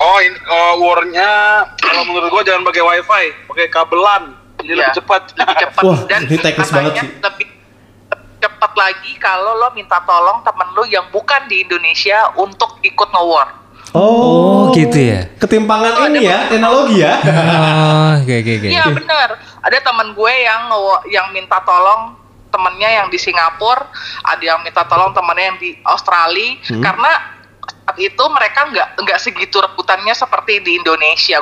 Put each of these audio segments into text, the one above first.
War-nya kalau menurut gua jangan pakai wifi, pakai kabelan. Jadi lebih cepat. Wah, Dan ini teknis banget sih. lebih cepat lagi kalau lo minta tolong temen lo yang bukan di Indonesia untuk ikut nge-war. Oh, gitu ya. Ketimpangan ini ya, teknologi ya. Oke. Iya benar. Ada temen gue yang minta tolong temennya yang di Singapura, ada yang minta tolong temennya yang di Australia, karena saat itu mereka nggak segitu rebutannya seperti di Indonesia.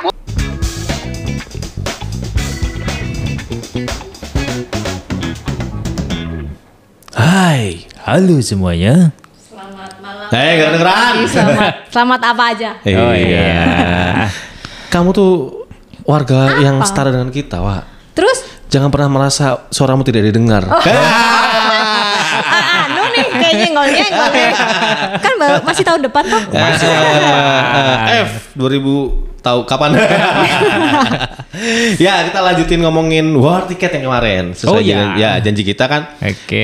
Hai, halo semuanya. Selamat malam. Gak kedengeran. Selamat apa aja? Oh iya. Kamu tuh warga yang setara dengan kita, Wak. Terus? Jangan pernah merasa suaramu tidak didengar. Anu nih kayak nyenggol-nyenggol nih. Kan masih tahun depan toh? F 2000 tahu kapan? Ya, kita lanjutin ngomongin war tiket yang kemarin. Sesuai janji kita kan. Oke.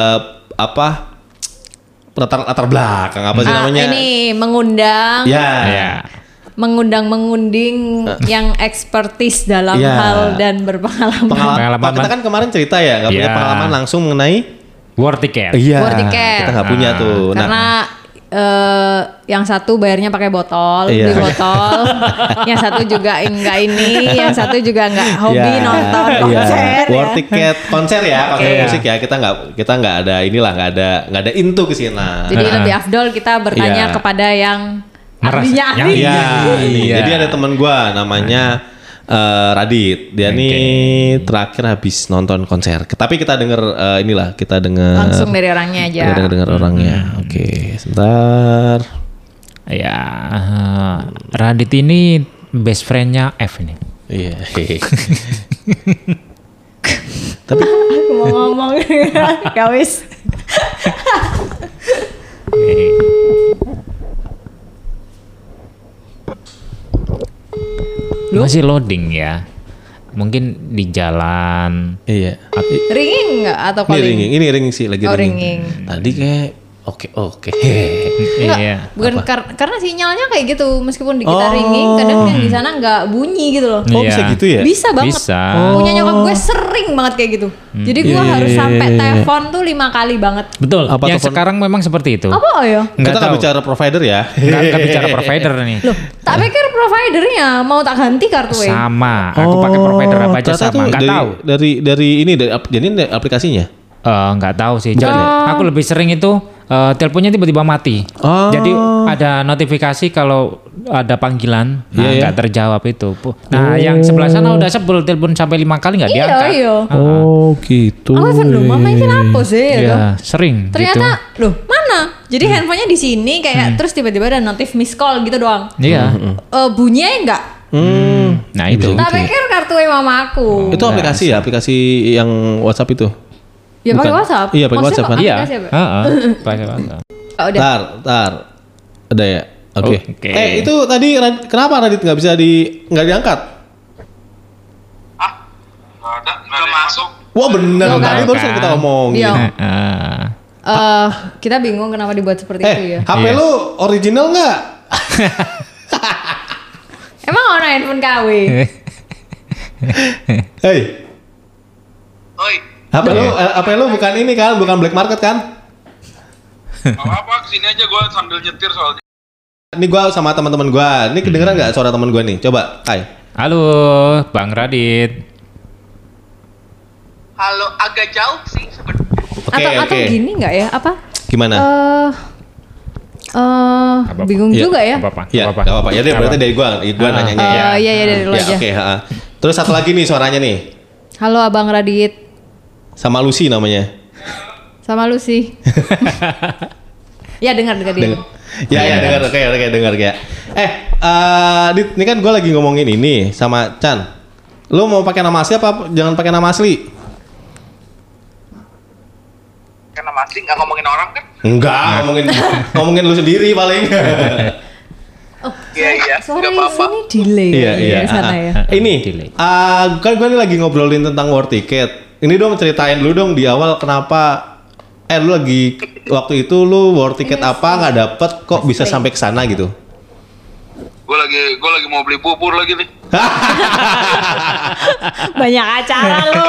Latar belakang apa sih namanya? Ini mengundang. Ya. Mengunding yang ekspertis dalam hal dan berpengalaman. Pengalaman. Kita kan kemarin cerita ya, nggak punya pengalaman langsung mengenai War tiket. Iya. War tiket. Kita nggak punya tuh. Karena yang satu bayarnya pakai botol, Iya. beli botol. Yang satu juga enggak ini, yang satu juga enggak hobi nonton konser. War Ya. tiket konser ya, konser musik ya. Kita nggak ada inilah, nggak ada into ke sana. Jadi lebih afdol kita bertanya Iya. kepada yang Ngeras- ahlinya. Iya, Iya. jadi ada teman gua namanya Radit. Dia nih terakhir habis nonton konser. Tapi kita denger kita denger Langsung dari orangnya aja. Kita denger orangnya. Oke, sebentar. Ya, Radit ini best friend-nya F ini. Iya. Tapi Aku mau ngomong ya wis. Masih loading ya. Mungkin di jalan. iya. Ringing enggak atau Ini calling? ringing, ini ringing sih lagi Oh, ringing. ringing. Tadi kayak oke. Enggak, Iya. bukan karena sinyalnya kayak gitu. Meskipun di kita Oh. ringing, kadang yang di sana nggak bunyi gitu loh. Oh, Iya. bisa gitu ya? Bisa banget. Bisa. Punya nyokap gue sering banget kayak gitu. Jadi gue Iya, harus iya, sampai iya. telepon tuh 5 kali banget. Betul. Apa Yang telepon? sekarang memang seperti itu. Apa ya? Nggak Kita nggak tahu. bicara provider ya. Nggak bicara provider nih. Loh, tak pikir providernya mau tak ganti kartu E. Sama. Aku pakai provider apa aja ternyata sama. tuh Nggak tahu. Dari jadi ini aplikasinya. Nggak tahu sih. Jadi aku lebih sering itu teleponnya tiba-tiba mati. Oh. Jadi ada notifikasi kalau ada panggilan, nggak terjawab itu. Nah, yang sebelah sana udah sebel telepon sampai 5 kali nggak diangkat. Iya. Oh, gitu. Aku telepon loh, mama ini apa sih? Iya, Gitu. sering Ternyata, gitu. loh mana? Jadi handphonenya di sini kayak terus tiba-tiba ada notif miss call gitu doang. Iya. Bunyinya enggak? Nah, itu. Tak pikir kartu E mama aku. Itu aplikasi ya, aplikasi yang WhatsApp itu. Ya pakai Bukan. WhatsApp. Iya, pakai Maksudnya WhatsApp kan? Iya. aplikasi apa? Pakai WhatsApp. Oh, udah. Tar. Ada ya? Oke. Oke. Itu tadi kenapa Radit nggak diangkat? Nggak masuk. Wah bener, Tuh, tadi kan? barusan kita ngomongin. Iya. Heeh. Kita bingung kenapa dibuat seperti itu ya. HP Iya. lu original nggak? Emang ono handphone KW? Hei, Oi, HP lu bukan ini kan, bukan black market kan? nggak apa-apa, kesini aja gue sambil nyetir soalnya. Ini gua sama teman-teman gua. Ini kedengeran nggak suara teman gua nih? Coba, Kai. Halo, Bang Radit. Halo, agak jauh sih sebenarnya. Atau gini nggak ya? Apa? Gimana? Bingung Iya. juga ya. Apa-apa? Ya, nggak apa-apa. Ya deh, berarti dari gua nanyanya ya. Iya dari lo Ya, aja. oke. Terus satu lagi nih suaranya nih, Halo Abang Radit, sama Lucy namanya. sama Lucy. Ya dengar dia. Ya, dengar, oke, dengar ya. Dit, ini kan gue lagi ngomongin ini sama Chan. Lu mau pakai nama asli apa jangan pakai nama asli? Karena masih nggak ngomongin orang kan? Enggak, ngomongin lu sendiri paling. Iya, Sorry, nggak apa-apa. sini delay Iya. di sana ya. Ini, Delay. kan gue lagi ngobrolin tentang war ticket. Ini dong ceritain dulu dong di awal kenapa. Lu lagi waktu itu lu war ticket apa nggak dapet kok bisa sampai ke sana gitu? Gue lagi gue lagi mau beli bubur lagi nih. Banyak acara lu.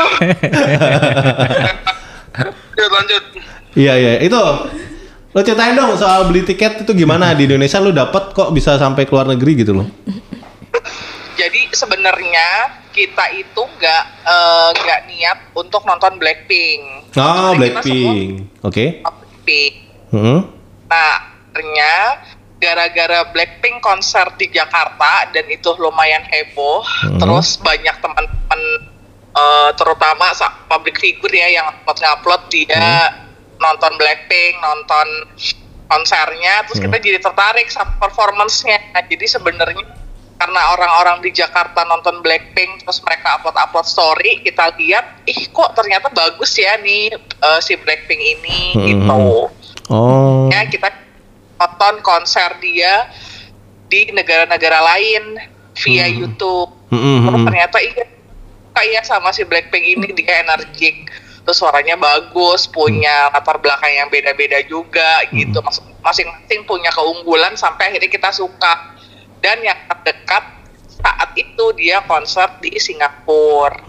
Ya lanjut. Iya, itu. Lo ceritain dong soal beli tiket itu gimana di Indonesia, lu dapat kok bisa sampai ke luar negeri gitu loh. Jadi sebenarnya kita itu nggak niat untuk nonton Blackpink. Oh, Blackpink. Oke. Blackpink. Hmm. Nah, ternyata gara-gara Blackpink konser di Jakarta dan itu lumayan heboh, terus banyak teman-teman terutama public figure ya yang upload dia nonton Blackpink, nonton konsernya, terus kita jadi tertarik sama performance-nya. Nah, jadi sebenarnya karena orang-orang di Jakarta nonton Blackpink, terus mereka upload story, kita lihat, kok ternyata bagus ya nih si Blackpink ini gitu. Oh. Ya, kita nonton konser dia di negara-negara lain via YouTube. Terus ternyata kayak sama si Blackpink ini dia energik, terus suaranya bagus, punya latar belakang yang beda-beda juga gitu. Masing-masing punya keunggulan sampai akhirnya kita suka. Dan yang terdekat saat itu dia konser di Singapura.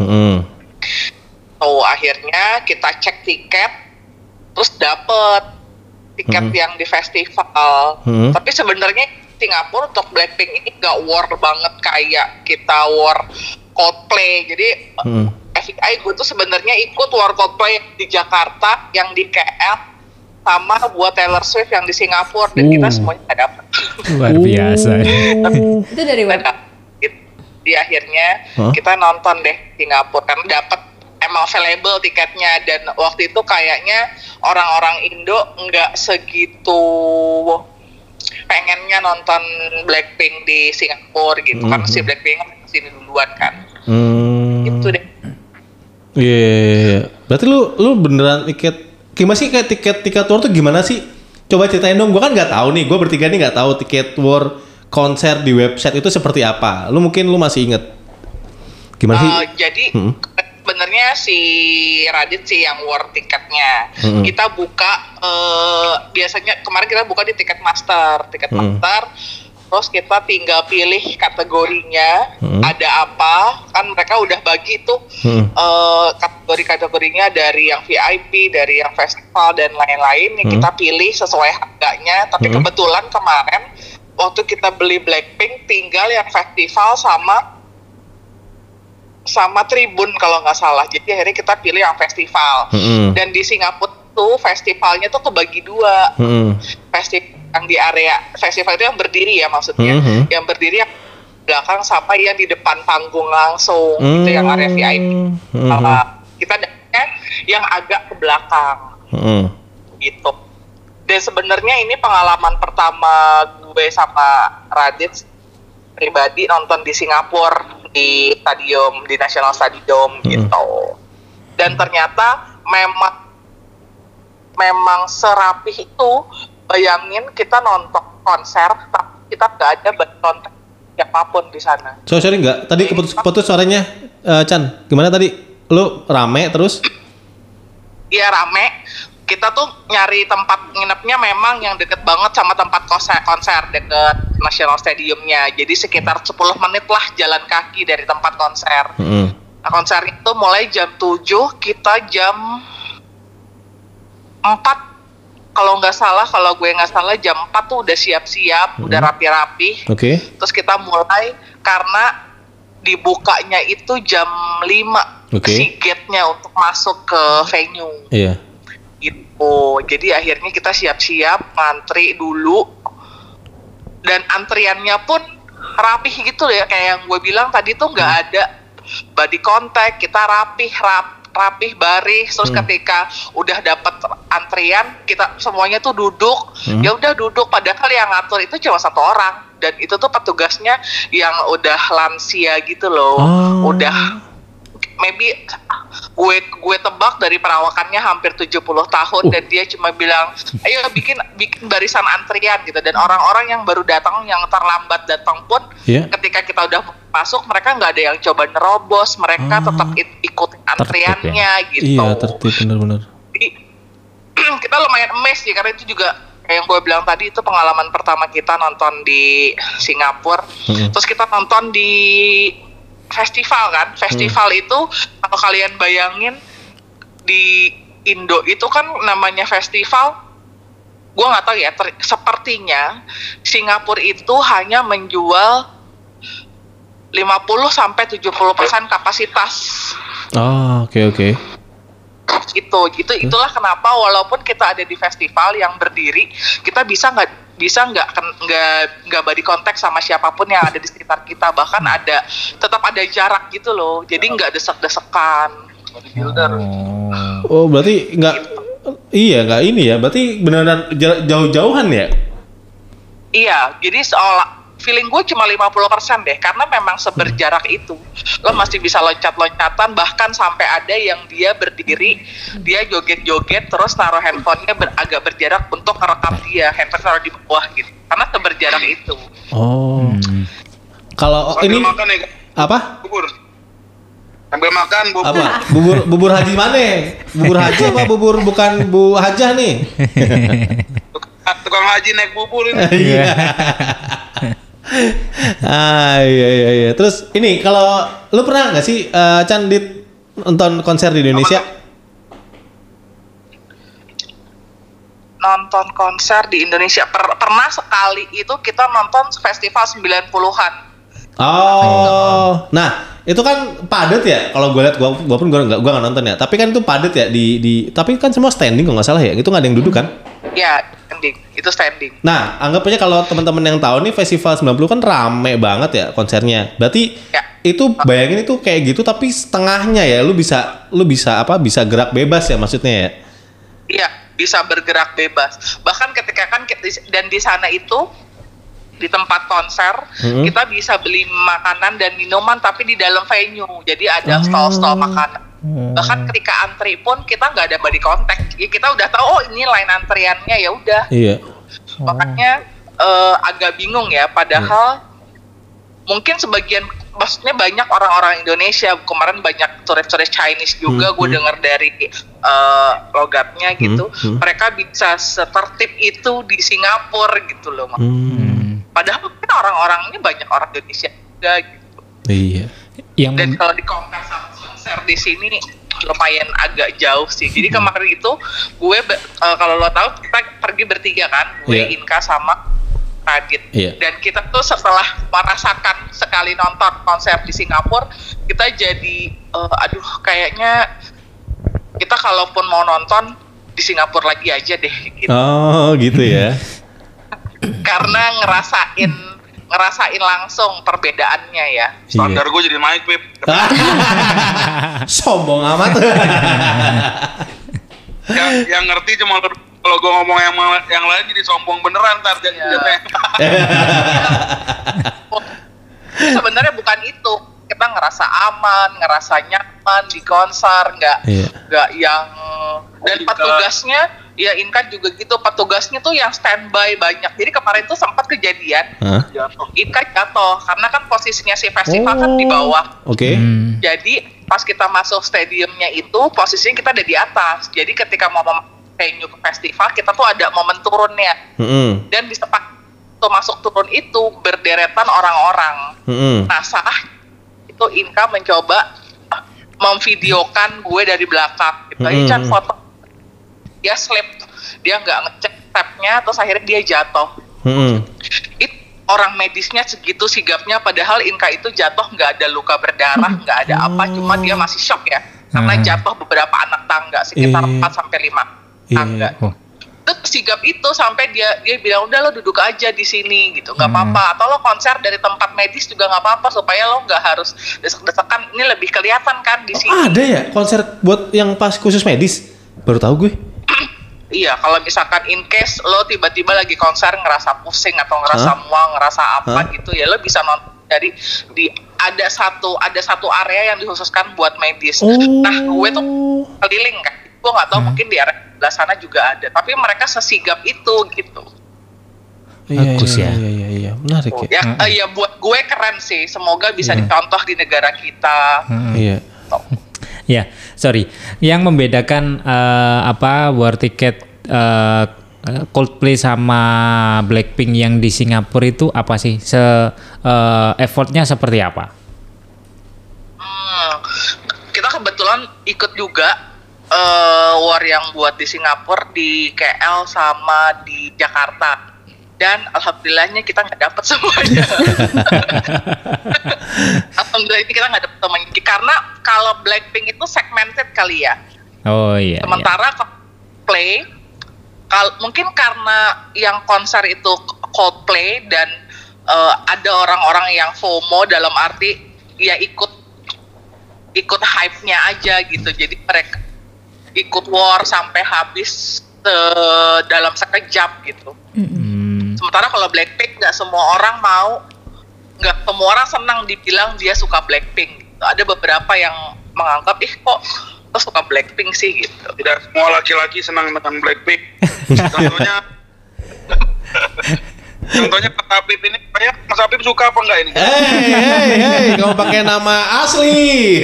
Akhirnya kita cek tiket, terus dapet tiket yang di festival. Tapi sebenarnya Singapura untuk Blackpink ini gak war banget kayak kita war Coldplay. Jadi FYI gue tuh sebenarnya ikut war Coldplay di Jakarta, yang di KL, sama buat Taylor Swift yang di Singapura, dan kita semuanya gak dapet. Luar biasa. Itu dari mana? Di akhirnya kita nonton deh Singapura karena dapet emang available tiketnya, dan waktu itu kayaknya orang-orang Indo nggak segitu pengennya nonton Blackpink di Singapura gitu, karena si Blackpink kesini duluan kan. Itu deh. Iya. Berarti lu beneran gimana sih kayak tiket tour tuh gimana sih? Coba ceritain dong. Gue kan nggak tahu nih. Gue bertiga nih nggak tahu tiket tour konser di website itu seperti apa. Lu masih inget? Gimana sih? Jadi sebenarnya si Radit sih yang war tiketnya. Kita buka biasanya kemarin kita buka di Ticketmaster. Terus kita tinggal pilih kategorinya, ada apa, kan mereka udah bagi tuh kategori-kategorinya dari yang VIP, dari yang festival dan lain-lain. Kita pilih sesuai harganya. Tapi kebetulan kemarin waktu kita beli Blackpink tinggal yang festival sama Tribun kalau nggak salah. Jadi akhirnya kita pilih yang festival. Dan di Singapura tuh festivalnya tuh kebagi dua. Festival yang di area festival itu yang berdiri ya maksudnya, yang berdiri yang belakang sama yang di depan panggung langsung, itu yang area VIP. Kita dapetnya yang agak ke belakang, gitu. Dan sebenarnya ini pengalaman pertama gue sama Radit pribadi nonton di Singapura di National Stadium gitu. Dan ternyata memang serapih itu. Bayangin kita nonton konser, tapi kita nggak ada nonton siapapun di sana. Sorry nggak? Tadi keputus suaranya, Chan. Gimana tadi? Lu rame terus? Iya rame. Kita tuh nyari tempat nginepnya memang yang deket banget sama tempat konser deket National Stadiumnya. Jadi sekitar 10 menit lah jalan kaki dari tempat konser. Nah, konser itu mulai jam 7, kita jam 4. Kalau gue nggak salah jam 4 tuh udah siap-siap, udah rapi-rapi. Terus kita mulai karena dibukanya itu jam 5 si gate-nya untuk masuk ke venue. Iya. Gitu. Jadi akhirnya kita siap-siap, ngantri dulu. Dan antriannya pun rapih gitu ya, kayak yang gue bilang tadi tuh nggak ada body contact, kita rapih baris. Terus ketika udah dapet antrian, kita semuanya tuh duduk. Ya udah duduk, padahal yang ngatur itu cuma satu orang, dan itu tuh petugasnya yang udah lansia gitu loh. Udah maybe gue tebak dari perawakannya hampir 70 tahun, dan dia cuma bilang, ayo bikin barisan antrian gitu. Dan orang-orang yang baru datang, yang terlambat datang pun ketika kita udah masuk, mereka nggak ada yang coba nerobos, mereka tetap ikut antriannya gitu. Iya, tertib benar-benar. Jadi kita lumayan amazed sih, karena itu juga yang gue bilang tadi, itu pengalaman pertama kita nonton di Singapura. Terus kita nonton di festival kan. Festival itu kalau kalian bayangin di Indo itu kan namanya festival, gue nggak tahu ya, sepertinya Singapura itu hanya menjual 50-70% kapasitas. Oh, oke. Itulah kenapa walaupun kita ada di festival yang berdiri, kita nggak body contact sama siapapun yang ada di sekitar kita, bahkan tetap ada jarak gitu loh, jadi nggak desek-desekan. Oh, berarti nggak ini ya, berarti beneran jauh-jauhan ya? Iya, jadi feeling gue cuma 50% deh, karena memang seberjarak itu. Lo masih bisa loncat-loncatan, bahkan sampai ada yang dia berdiri, dia joget-joget, terus naruh handphonenya agak berjarak untuk ngerekam dia, handphone taruh di bawah gitu. Karena seberjarak itu. Oh. Kalau ini makan ya, apa? Bubur. Sambil makan bubur. Apa? Bubur haji mana? Bubur haji apa bubur bukan Bu Hajah nih? Tukang haji naik bubur ini. Iya. Iya. Terus ini kalau lu pernah nggak sih Chan nonton konser di Indonesia? Nonton konser di Indonesia pernah sekali, itu kita nonton festival 90-an. Oh, nah itu kan padat ya. Kalau gue lihat, gue pun gue nggak nonton ya. Tapi kan itu padat ya tapi kan semua standing kalau nggak salah ya. Itu nggak ada yang duduk kan? Ya, itu standing. Nah, anggap aja kalau teman-teman yang tahu nih festival 90 kan rame banget ya konsernya. Berarti itu bayangin itu kayak gitu tapi setengahnya ya lu bisa bisa gerak bebas ya maksudnya ya. Iya, bisa bergerak bebas. Bahkan ketika dan di sana itu di tempat konser, kita bisa beli makanan dan minuman tapi di dalam venue. Jadi ada stall-stall makanan. Bahkan ketika antri pun kita nggak ada body contact. Ya kita udah tahu, oh ini line antriannya, ya udah. Iya. Makanya agak bingung ya, padahal mungkin maksudnya banyak orang-orang Indonesia, kemarin banyak turis-turis Chinese juga, gue dengar dari logatnya gitu, mereka bisa setertib itu di Singapura gitu loh. Padahal mungkin orang-orangnya banyak orang Indonesia juga gitu. Iya. Dan kalau di konser di sini lumayan agak jauh sih. Jadi kemarin itu gue kalau lo tahu kita pergi bertiga kan, gue, Inka sama Radit. Dan kita tuh setelah merasakan sekali nonton konser di Singapura, kita jadi kayaknya kita kalaupun mau nonton di Singapura lagi aja deh gitu. Oh, gitu ya. Karena ngerasain langsung perbedaannya ya. Standar gue jadi naik, Pip. Sombong amat. yang ngerti cuma kalau gue ngomong yang lain jadi sombong beneran ntar jadinya. Sebenarnya bukan itu. Kita ngerasa aman, ngerasa nyaman di konser, nggak yang, dan petugasnya ya Inka juga gitu, petugasnya tuh yang standby banyak. Jadi kemarin tuh sempat kejadian Inka jatuh karena kan posisinya si festival kan di bawah. Jadi pas kita masuk stadiumnya itu posisinya kita ada di atas. Jadi ketika mau venue ke festival kita tuh ada momen turunnya. Dan di tempat tuh masuk turun itu berderetan orang-orang. Nah saat itu Inka mencoba memvideokan gue dari belakang gitu. Can foto, dia slip, dia nggak ngecek stepnya, terus akhirnya dia jatuh. Itu orang medisnya segitu sigapnya, padahal Inka itu jatuh nggak ada luka berdarah, nggak ada apa, cuma dia masih shock ya karena jatuh beberapa anak tangga, sekitar 4-5 tangga. Itu sigap itu sampai dia bilang udah lo duduk aja di sini gitu, nggak apa-apa, atau lo konser dari tempat medis juga nggak apa-apa supaya lo nggak harus desek-desekan, ini lebih kelihatan kan di sini. Ada ya konser buat yang pas khusus medis? Baru tahu gue. Iya, kalau misalkan in case lo tiba-tiba lagi konser ngerasa pusing atau ngerasa mual, ngerasa apa gitu ya, lo bisa nonton dari ada satu area yang dikhususkan buat medis. Nah, gue tuh keliling kan, gue nggak tahu mungkin di area sebelah sana juga ada, tapi mereka sesigap itu gitu. Bagus ya. Iya, menarik ya. Ya buat gue keren sih, semoga bisa dicontoh di negara kita. Iya. Ya, sorry. Yang membedakan war tiket Coldplay sama Blackpink yang di Singapura itu apa sih? Effortnya seperti apa? Kita kebetulan ikut juga war yang buat di Singapura, di KL sama di Jakarta. Dan alhamdulillahnya kita nggak dapat semuanya. Alhamdulillah ini kita nggak dapat semuanya. Karena kalau Blackpink itu segmented kali ya. Oh iya. Sementara Coldplay, mungkin karena yang konser itu Coldplay dan ada orang-orang yang FOMO dalam arti ya ikut hype-nya aja gitu. Jadi mereka ikut war sampai habis dalam sekejap gitu. Sementara kalau Blackpink nggak semua orang senang dibilang dia suka Blackpink gitu. Ada beberapa yang menganggap kok lo suka Blackpink sih gitu. Tidak semua laki-laki senang dengan Blackpink. Contohnya Mas Habib ini, Mas Habib suka apa enggak ini? Hey, kamu pakai nama asli.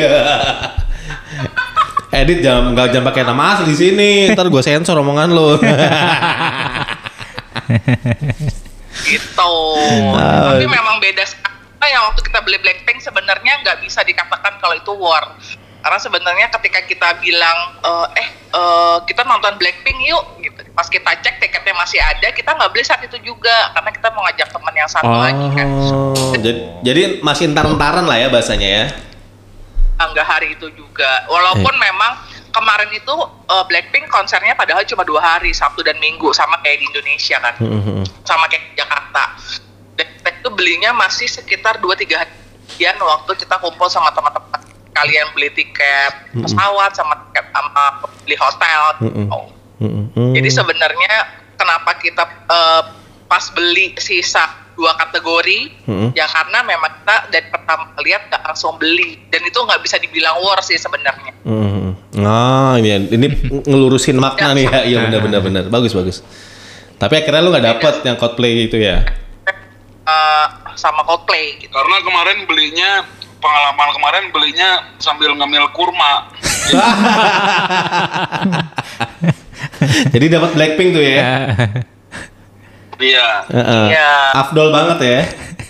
Edit jangan pakai nama asli di sini. Ntar gue sensor omongan lo. Gitu. Tapi memang beda. Yang waktu kita beli Blackpink sebenarnya nggak bisa dikatakan kalau itu war. Karena sebenarnya ketika kita bilang kita nonton Blackpink yuk gitu. Pas kita cek tiketnya masih ada, kita nggak beli saat itu juga karena kita mau ngajak teman yang satu lagi kan. Jadi masih entar-entaran lah ya bahasanya ya. Enggak hari itu juga. Walaupun memang kemarin itu Blackpink konsernya padahal cuma 2 hari, Sabtu dan Minggu, sama kayak di Indonesia kan. Sama kayak di Jakarta. Dan itu belinya masih sekitar 2-3 hari waktu kita kumpul sama teman-teman kalian beli tiket pesawat sama beli hotel. Jadi sebenarnya kenapa kita pas beli sisa 2 kategori ya karena memang kita dari pertama lihat nggak langsung beli dan itu nggak bisa dibilang war sih sebenarnya. Ini ngelurusin makna nih ya. Iya benar bagus. Tapi akhirnya lu nggak dapet yang Coldplay itu ya? Sama Coldplay gitu. Karena pengalaman kemarin belinya sambil ngemil kurma. Jadi dapat Blackpink tuh ya? Iya. Afdol banget ya.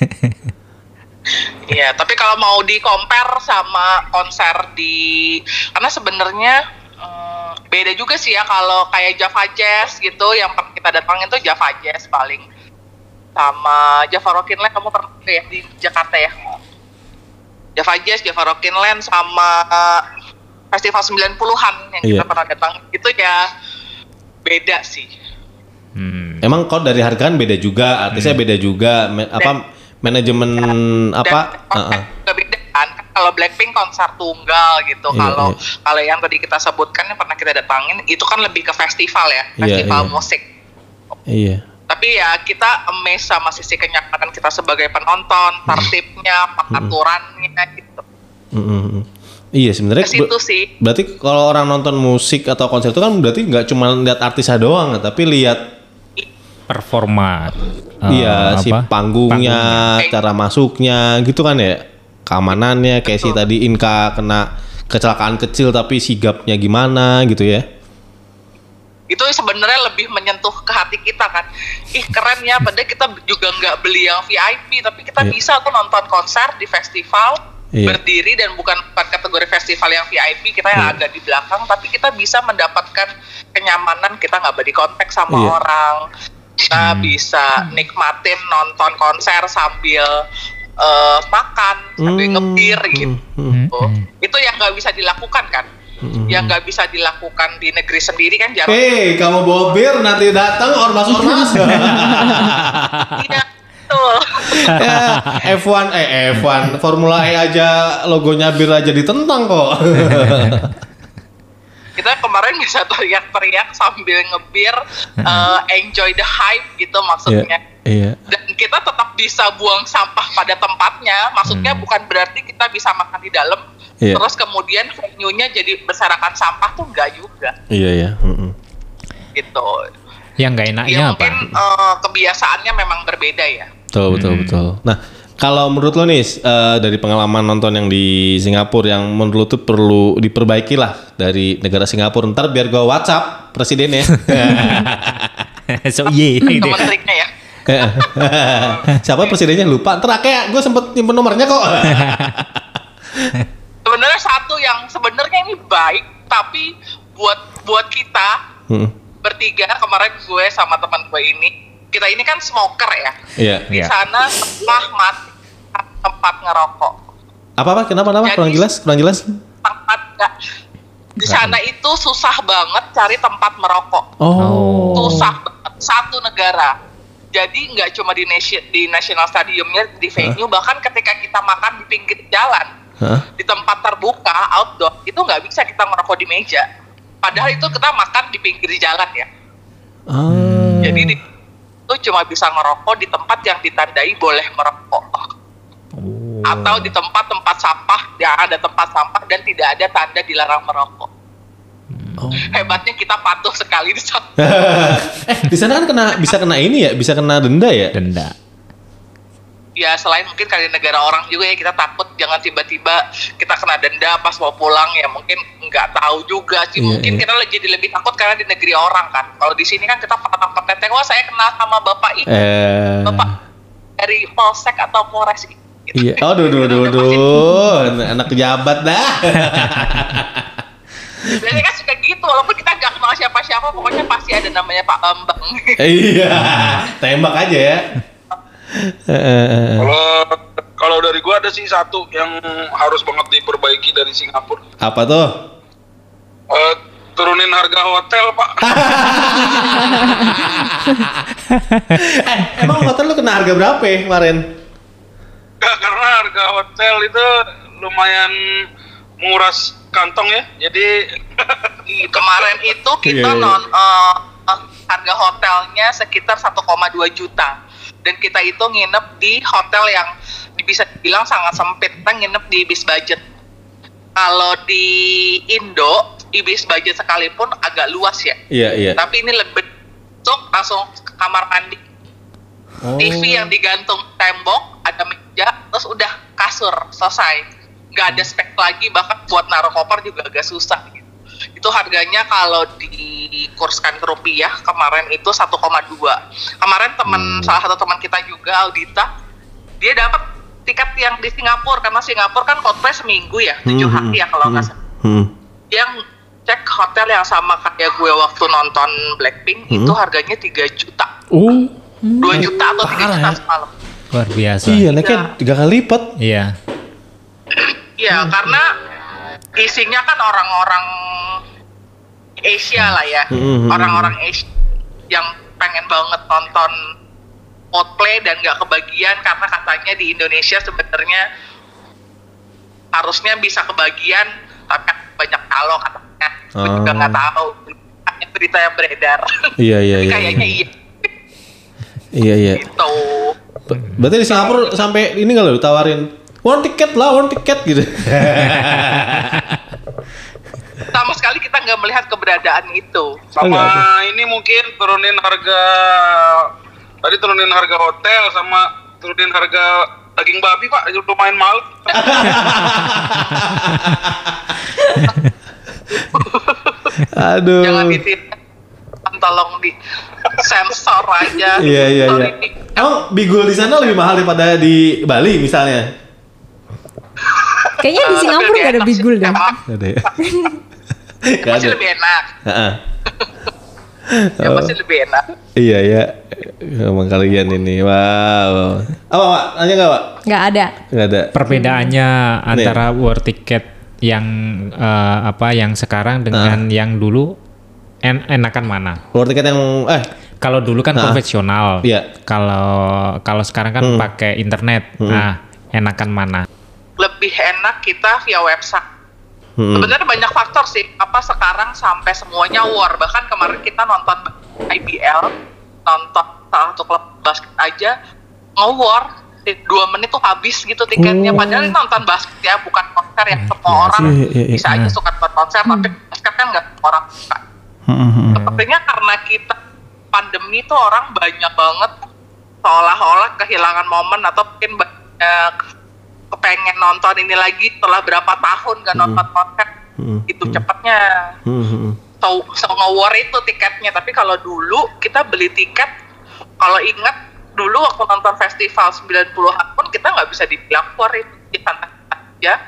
Iya, tapi kalau mau di-compare sama konser karena sebenarnya beda juga sih ya kalau kayak Java Jazz gitu yang kita datangin tuh Java Jazz paling sama Java Rockin Land. Kamu pernah ya di Jakarta ya? Java Jazz, Java Rockin Land sama Festival 90-an yang kita pernah datang itu ya beda sih. Emang kalau dari hargaan beda juga, artisnya beda juga, manajemen apa? Beda kan? Kalau Blackpink konser tunggal gitu. Kalau yang tadi kita sebutkan yang pernah kita datangin itu kan lebih ke festival ya, festival musik. Iya. Tapi ya kita amazed sama sisi kenyamanan kita sebagai penonton, tertibnya, pengaturannya gitu. Iya sebenarnya. Berarti kalau orang nonton musik atau konser itu kan berarti nggak cuma lihat artisnya doang, tapi lihat performa. Panggungnya, cara masuknya gitu kan ya. Keamanannya kayak si tadi Inka kena kecelakaan kecil tapi sigapnya gimana gitu ya. Itu sebenarnya lebih menyentuh ke hati kita kan. Keren ya, padahal kita juga nggak beli yang VIP, tapi kita bisa tuh nonton konser di festival berdiri dan bukan kategori festival yang VIP, kita yang agak di belakang, tapi kita bisa mendapatkan kenyamanan, kita nggak body contact sama orang, kita bisa nikmatin nonton konser sambil makan, sambil ngebir gitu. Itu yang nggak bisa dilakukan kan. Yang nggak bisa dilakukan di negeri sendiri kan jarang. Kamu bawa bir nanti datang ormas. Iya, betul. F1 Formula E aja logonya bir aja ditentang kok. Kita kemarin bisa teriak-teriak sambil ngebir, enjoy the hype gitu maksudnya. Dan kita tetap bisa buang sampah pada tempatnya. Maksudnya bukan berarti kita bisa makan di dalam. Terus kemudian venue-nya jadi berserakan sampah tuh enggak juga. Gitu. Yang enggak enaknya apa? Mungkin kebiasaannya memang berbeda ya. Betul. Nah, kalau menurut lo nih dari pengalaman nonton yang di Singapura yang menurut lo tuh perlu diperbaiki lah dari negara Singapura. Ntar biar gue WhatsApp presidennya. So iya gitu. temen triknya ya. Siapa presidennya lupa. Ntar kayak gue sempet nyimpen nomornya kok. Sebenarnya satu yang sebenarnya ini baik, tapi buat kita bertiga kemarin gue sama teman gue ini, kita ini kan smoker ya. Iya. Di sana tempat ngerokok. Apa? Kenapa? Kurang jelas? Tempat nggak. Di sana itu susah banget cari tempat merokok. Oh. Susah banget. Satu negara. Jadi nggak cuma di National Stadiumnya, di venue, bahkan ketika kita makan di pinggir jalan, di tempat terbuka, outdoor, itu nggak bisa kita merokok di meja. Padahal itu kita makan di pinggir jalan ya. Jadi itu cuma bisa ngerokok di tempat yang ditandai boleh merokok. Atau di tempat-tempat sampah, yang ada tempat sampah dan tidak ada tanda dilarang merokok. Hebatnya kita patuh sekali di sana. Di sana kan bisa kena ini ya, bisa kena denda ya? Denda. Ya selain mungkin kali negara orang juga ya, kita takut jangan tiba-tiba kita kena denda pas mau pulang ya, mungkin nggak tahu juga sih. Mungkin kita jadi lebih takut karena di negeri orang kan. Kalau di sini kan kita petang-petang, wah saya kenal sama bapak ini, bapak dari polsek atau polres gitu. Iya. Oh, duh. Anak pejabat dah. Biasanya kan suka gitu, walaupun kita nggak kenal siapa-siapa, pokoknya pasti ada namanya Pak Bambang. Iya, tembak aja ya. Kalau dari gua ada sih satu yang harus banget diperbaiki dari Singapura. Apa tuh? Turunin harga hotel, Pak. Emang hotel lu kena harga berapa ya kemarin? Karena harga hotel itu lumayan menguras kantong ya. Jadi kemarin itu kita harga hotelnya sekitar 1,2 juta. Dan kita itu nginep di hotel yang bisa dibilang sangat sempit. Kita nginep di bis budget. Kalau di Indo, di bis budget sekalipun agak luas ya. Iya. Tapi ini lebih langsung ke kamar mandi. TV yang digantung tembok, ada meja, terus udah kasur, selesai. Nggak ada spek lagi, bahkan buat naruh koper juga agak susah gitu. Itu harganya kalau dikurskan ke rupiah kemarin itu 1,2. Kemarin salah satu teman kita juga, Audita, dia dapat tiket yang di Singapura, karena Singapura kan Coldplay seminggu ya, 7 hari ya kalau nggak salah. Yang cek hotel yang sama kayak gue waktu nonton Blackpink, itu harganya 3 juta. 2 juta atau 3 juta semalam. Luar biasa. Iya, naiknya 3 kali lipat. Iya. Iya, karena isinya kan orang-orang Asia lah ya, orang-orang Asia yang pengen banget nonton Coldplay dan nggak kebagian karena katanya di Indonesia sebenarnya harusnya bisa kebagian, tapi banyak calo katanya. Gue juga nggak tahu, hanya berita yang beredar. Iya. Kayaknya iya. Iya. Gitu. Berarti di Singapura sampai ini nggak lo ditawarin one ticket gitu. Sama sekali kita nggak melihat keberadaan itu. Sama ini mungkin turunin harga hotel sama turunin harga daging babi, Pak, lumayan mahal. Aduh. Jangan tolong di sensor aja. Iya. Emang bigul di sana lebih mahal daripada di Bali misalnya? Kayaknya di Singapura gak ada bigul deh. Ada ya? Masih lebih enak. Ya masih lebih enak. Iya ya. Emang kalian ini. Wow. Apa, Pak? Nanya nggak, Pak? Nggak ada. Perbedaannya antara war ticket yang yang sekarang dengan yang dulu enakan mana? War ticket yang kalau dulu kan konvensional. Iya. Kalau sekarang kan pakai internet. Nah, enakan mana? Lebih enak kita via website. Sebenarnya banyak faktor sih. Apa sekarang sampai semuanya war. Bahkan kemarin kita nonton IBL, nonton salah satu klub basket aja nge-war. 2 menit tuh habis gitu tiketnya. Padahal ini nonton basket ya, bukan konser yang semua orang bisa aja suka nonton konser. Tapi basket kan nggak semua orang suka. Sepertinya karena kita pandemi tuh orang banyak banget seolah-olah kehilangan momen atau mungkin banyak kepengen nonton ini lagi setelah berapa tahun gak nonton konser. Itu cepatnya. nge-war itu tiketnya. Tapi kalau dulu kita beli tiket, kalau ingat dulu waktu nonton festival 90-an pun kita nggak bisa dibilang war itu di sana ya.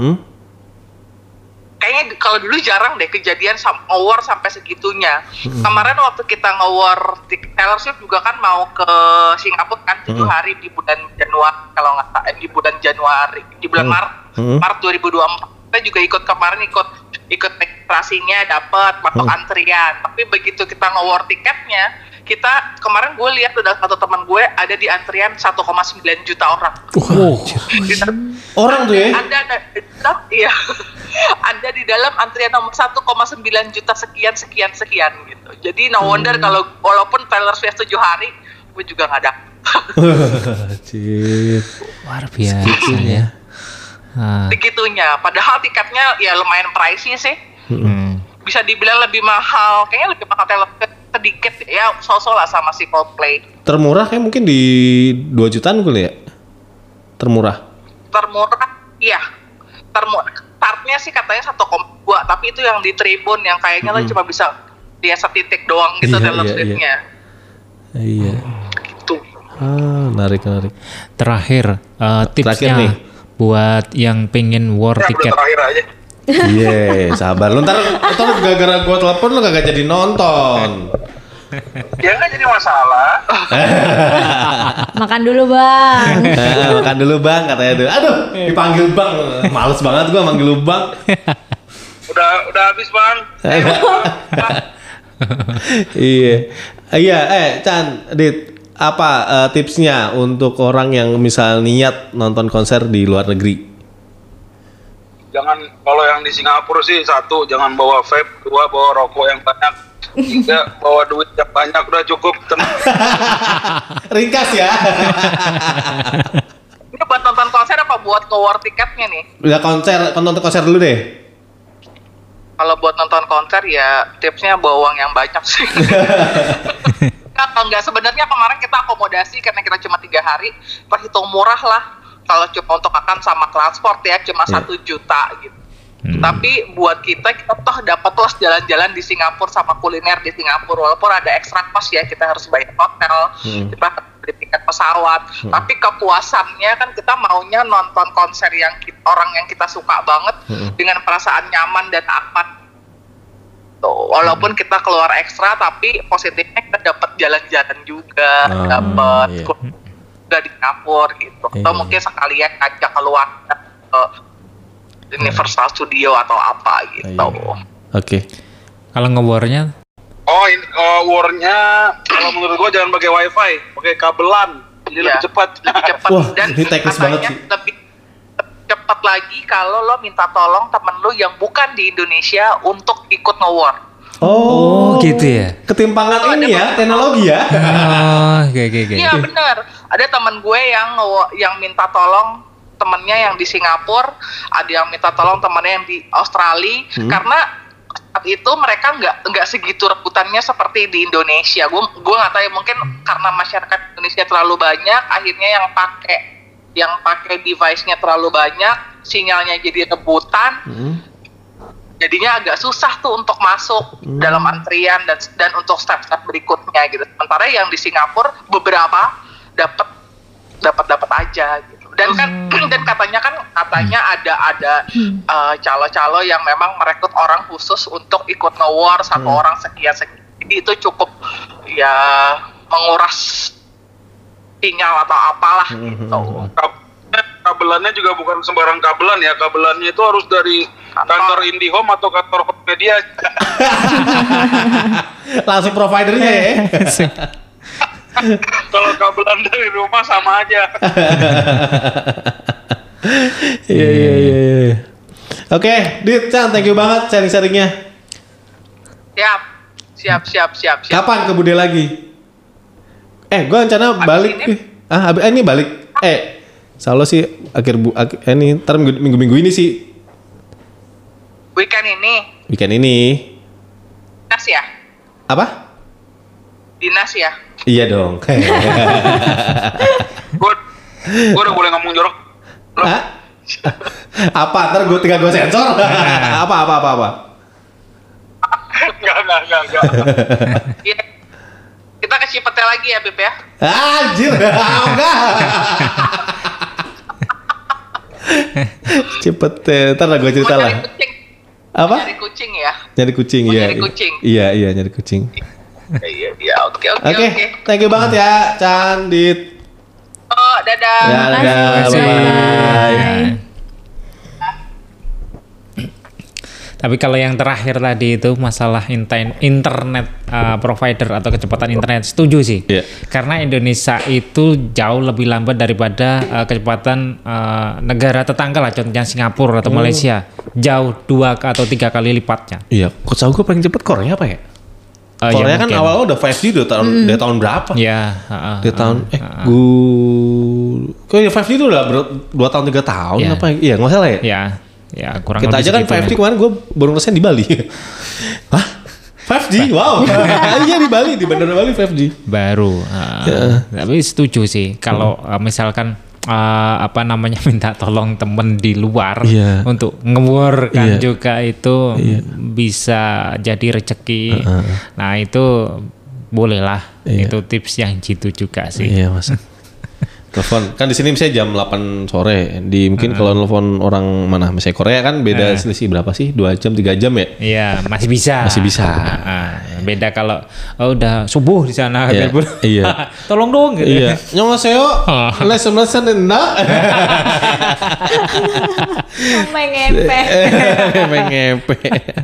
Kayaknya kalau dulu jarang deh kejadian nge-war sampai segitunya. Kemarin waktu kita nge-war Taylor Swift juga kan mau ke Singapura kan 7 hari di bulan Januari kalau nggak salah, di bulan Januari, di bulan Maret 2024. Kita juga ikut kemarin ikut registrasinya dapat masuk antrian. Tapi begitu kita nge-war tiketnya, kita kemarin gue lihat ada satu teman gue ada di antrian 1,9 juta orang. Orang tuh ya? Iya. Ada di dalam antrian nomor 1,9 juta sekian gitu. Jadi no wonder kalau walaupun Taylor Swift 7 hari, gue juga nggak ada. Luar biasa ya. Segitunya. Padahal tiketnya ya lumayan pricey sih. Bisa dibilang lebih mahal. Kayaknya lebih mahal Taylor Swift sedikit ya, so-so lah sama si Coldplay. Termurah kayak mungkin di 2 jutaan kali ya? Termurah, iya. Startnya sih katanya 1,2, tapi itu yang di Tribun yang kayaknya lo cuma bisa dia setitik doang gitu Taylor Swift-nya. Iya. Gitu. Menarik. Terakhir, tipsnya nih buat yang pengen war tiket. Terakhir aja. Iya, sabar. Lu ntar gara-gara gua telepon lu kagak jadi nonton. Ya nggak jadi masalah. Makan dulu bang. Makan dulu bang katanya tuh. Aduh, dipanggil bang. Males banget gua manggil lu bang. Udah habis bang. Iya. Chan, Dit, apa tipsnya untuk orang yang misal niat nonton konser di luar negeri? Jangan, kalau yang di Singapura sih 1, jangan bawa vape, 2, bawa rokok yang banyak, 3, bawa duit yang banyak, udah cukup. Ringkas ya. Ini buat nonton konser apa buat nge-war tiketnya nih? Udah nonton konser dulu deh. Kalau buat nonton konser ya tipsnya bawa uang yang banyak sih. Enggak, sebenarnya kemarin kita akomodasi karena kita cuma 3 hari, terhitung murah lah. Kalau cuma untuk makan sama transport ya cuma 1 juta gitu. Tapi buat kita toh dapat plus jalan-jalan di Singapura sama kuliner di Singapura, walaupun ada ekstra cost ya, kita harus bayar hotel, kita harus beli tiket pesawat. Tapi kepuasannya kan kita maunya nonton konser yang orang yang kita suka banget dengan perasaan nyaman dan aman. Walaupun kita keluar ekstra, tapi positifnya kita dapat jalan-jalan juga, dapat di Singapura gitu. Atau mungkin sekalian ajak keluar ke Universal Studio atau apa gitu. Oke. Kalau nge-war-nya? War-nya kalau menurut gua jangan pakai wifi, pakai kabelan. Jadi lebih cepat. Wah, Dan ini teknis banget sih. Lebih cepat lagi kalau lo minta tolong temen lo yang bukan di Indonesia untuk ikut nge-war. Oh, gitu ya. Ketimpangan ini ya, teknologi ya. Oke. Iya benar. Ada teman gue yang minta tolong temennya yang di Singapura, ada yang minta tolong temennya yang di Australia, karena saat itu mereka nggak segitu rebutannya seperti di Indonesia. Gue nggak tahu ya, mungkin karena masyarakat Indonesia terlalu banyak, akhirnya yang pakai device-nya terlalu banyak, sinyalnya jadi rebutan. Jadinya agak susah tuh untuk masuk dalam antrian dan untuk step-step berikutnya gitu. Sementara yang di Singapura beberapa dapat aja gitu. Dan katanya ada calo-calo yang memang merekrut orang khusus untuk ikut nge-war satu orang sekian. Jadi itu cukup ya menguras sinyal atau apalah gitu. Kabelannya juga bukan sembarang kabelan ya, kabelannya itu harus dari kantor IndiHome atau kantor Media. Langsung providernya ya. Kalau kabelan dari rumah sama aja. Iya. Oke, Dit, Chan, thank you banget sharing-sharingnya. Siap. Kapan ke Bude lagi? Gue rencana balik. Ini balik. Insya sih ini ntar minggu ini sih. Weekend ini. Dinas ya? Apa? Dinas ya? Iya dong. Gue udah boleh ngomong jorok. Apa? Ntar tinggal gue sensor. Apa? Enggak. Enggak. Iya. Kita ke Cipete lagi ya, Beb ya. Anjir, enggak. Cipete, ntar lah gue cerita lah. Apa? Nyari kucing ya. Nyari kucing, Mau iya. nyari kucing. Iya, nyari kucing. Iya, oke. Oke, thank you banget ya, Candit. Oh, dadah. Dadah, bye. Tapi kalau yang terakhir tadi itu masalah internet provider atau kecepatan internet, setuju sih. Iya. Karena Indonesia itu jauh lebih lambat daripada kecepatan negara tetangga lah, contohnya Singapura atau Malaysia. Jauh 2 atau 3 kali lipatnya. Iya, kok tahu gue paling cepet Korea apa ya? Korea kan awalnya udah 5G dari tahun berapa? Iya, Dari tahun kok ya 5G itu udah 2 tahun 3 tahun Iya. apa? Iya, nggak salah ya? Ya, kurang Kita lebih aja kan segitu 5G ya. kemarin gue baru ngerasain di Bali. Hah? 5G? Wow. Iya di Bali, di Bandara Bali 5G. Baru. Tapi setuju sih kalau misalkan minta tolong temen di luar Iya. untuk nge-war kan Iya. juga itu bisa jadi rezeki. Nah itu bolehlah. Iya. Itu tips yang jitu juga sih. Iya mas. Telepon kan di sini misalnya jam 8 sore. Mungkin kalau telepon orang mana misalnya Korea kan beda selisih berapa sih? 2 jam 3 jam ya? Iya masih bisa. Masih bisa. Beda kalau udah subuh di sana. Iya. telepon. Iya. Tolong dong gitu. Iya. Annyeonghaseyo. Lesson enggak. Mengempe. Mengepe.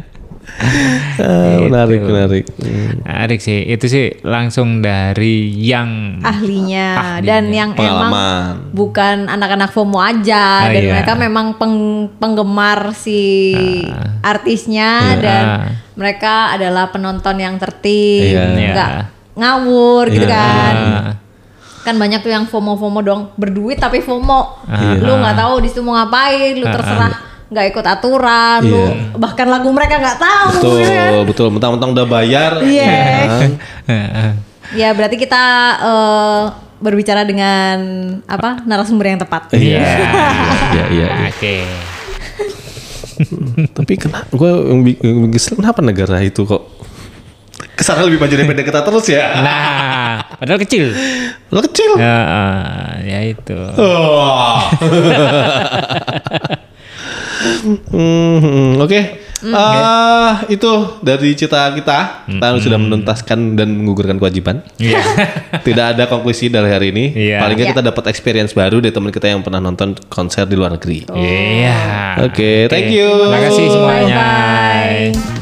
Menarik. Menarik sih. Itu sih langsung dari yang Ahlinya dan yang Pengalaman. emang bukan anak-anak FOMO aja dan iya. mereka memang penggemar si artisnya dan mereka adalah penonton yang tertib, Iya. nggak ngawur gitu Iya. kan. Kan banyak tuh yang FOMO dong, berduit tapi FOMO. Lu nggak tahu di situ mau ngapain, lu terserah nggak ikut aturan, lu bahkan lagu mereka nggak tahu. Betul. Mentang-mentang udah bayar. Iya. Ya berarti kita berbicara dengan narasumber yang tepat. Iya. Oke. Tapi gue yang kesel kenapa negara itu kok kesana lebih maju daripada kita terus ya? Nah, padahal kecil. Lo kecil. Ya itu. Oke. Itu dari cerita kita. Kita sudah menuntaskan dan menggugurkan kewajiban. Iya. Tidak ada konklusi dari hari ini. Iya. Paling nggak kita dapat experience baru dari teman kita yang pernah nonton konser di luar negeri. Iya. Oke, thank you. Terima kasih semuanya. Bye.